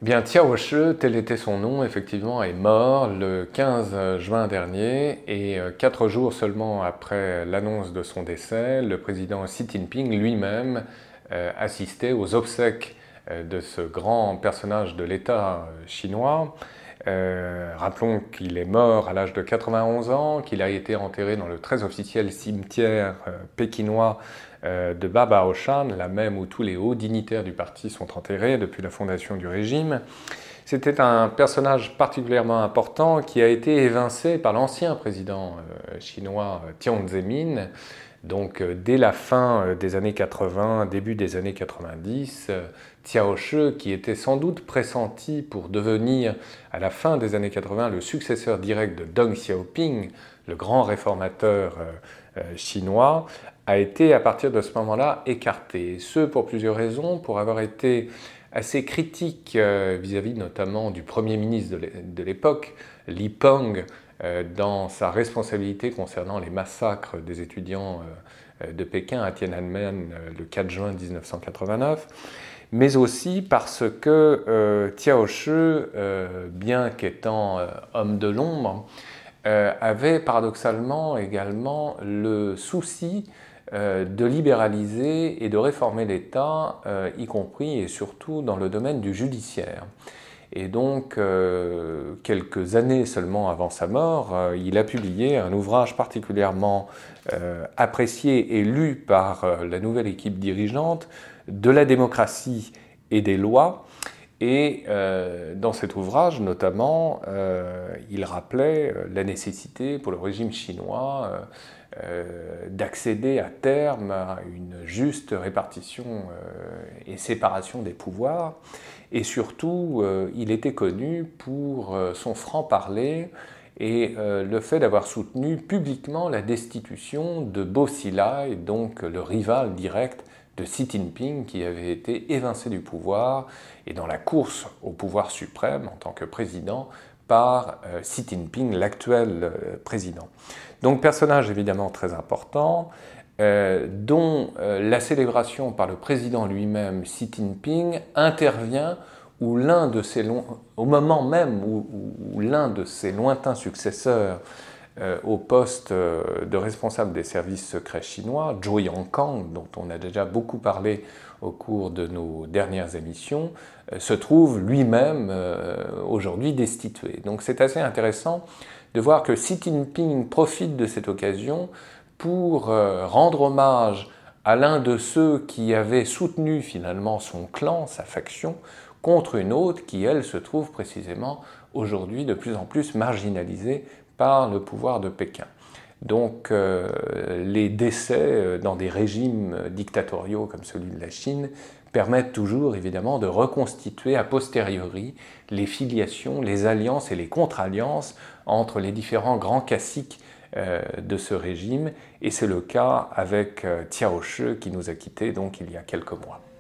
Bien, Tiao She, tel était son nom, effectivement, est mort le 15 juin dernier et 4 jours seulement après l'annonce de son décès, le président Xi Jinping lui-même assistait aux obsèques de ce grand personnage de l'État chinois. Rappelons qu'il est mort à l'âge de 91 ans, qu'il a été enterré dans le très officiel cimetière pékinois de Babaoshan, là même où tous les hauts dignitaires du parti sont enterrés depuis la fondation du régime. C'était un personnage particulièrement important qui a été évincé par l'ancien président chinois Jiang Zemin. Donc dès la fin des années 80, début des années 90, Tiao She, qui était sans doute pressenti pour devenir à la fin des années 80 le successeur direct de Deng Xiaoping, le grand réformateur chinois, a été à partir de ce moment-là écarté. Et ce pour plusieurs raisons, pour avoir été assez critique vis-à-vis notamment du Premier ministre de l'époque, Li Peng, dans sa responsabilité concernant les massacres des étudiants de Pékin à Tiananmen le 4 juin 1989, mais aussi parce que Tiao She, bien qu'étant homme de l'ombre, avait paradoxalement également le souci de libéraliser et de réformer l'État, y compris et surtout dans le domaine du judiciaire. Et donc, quelques années seulement avant sa mort, il a publié un ouvrage particulièrement apprécié et lu par la nouvelle équipe dirigeante, De la démocratie et des lois. Et dans cet ouvrage, notamment, il rappelait la nécessité pour le régime chinois d'accéder à terme à une juste répartition et séparation des pouvoirs. Et surtout, il était connu pour son franc-parler et le fait d'avoir soutenu publiquement la destitution de Bo Xilai, donc le rival direct de Xi Jinping, qui avait été évincé du pouvoir et dans la course au pouvoir suprême en tant que président par Xi Jinping, l'actuel président. Donc personnage évidemment très important, dont la célébration par le président lui-même, Xi Jinping, intervient où au moment même où l'un de ses lointains successeurs au poste de responsable des services secrets chinois, Zhou Yongkang, dont on a déjà beaucoup parlé au cours de nos dernières émissions, se trouve lui-même aujourd'hui destitué. Donc c'est assez intéressant de voir que Xi Jinping profite de cette occasion pour rendre hommage à l'un de ceux qui avaient soutenu finalement son clan, sa faction, contre une autre qui, elle, se trouve précisément aujourd'hui de plus en plus marginalisée par le pouvoir de Pékin. Donc les décès dans des régimes dictatoriaux comme celui de la Chine permettent toujours évidemment de reconstituer a posteriori les filiations, les alliances et les contre-alliances entre les différents grands caciques de ce régime, et c'est le cas avec Tiao She qui nous a quittés donc il y a quelques mois.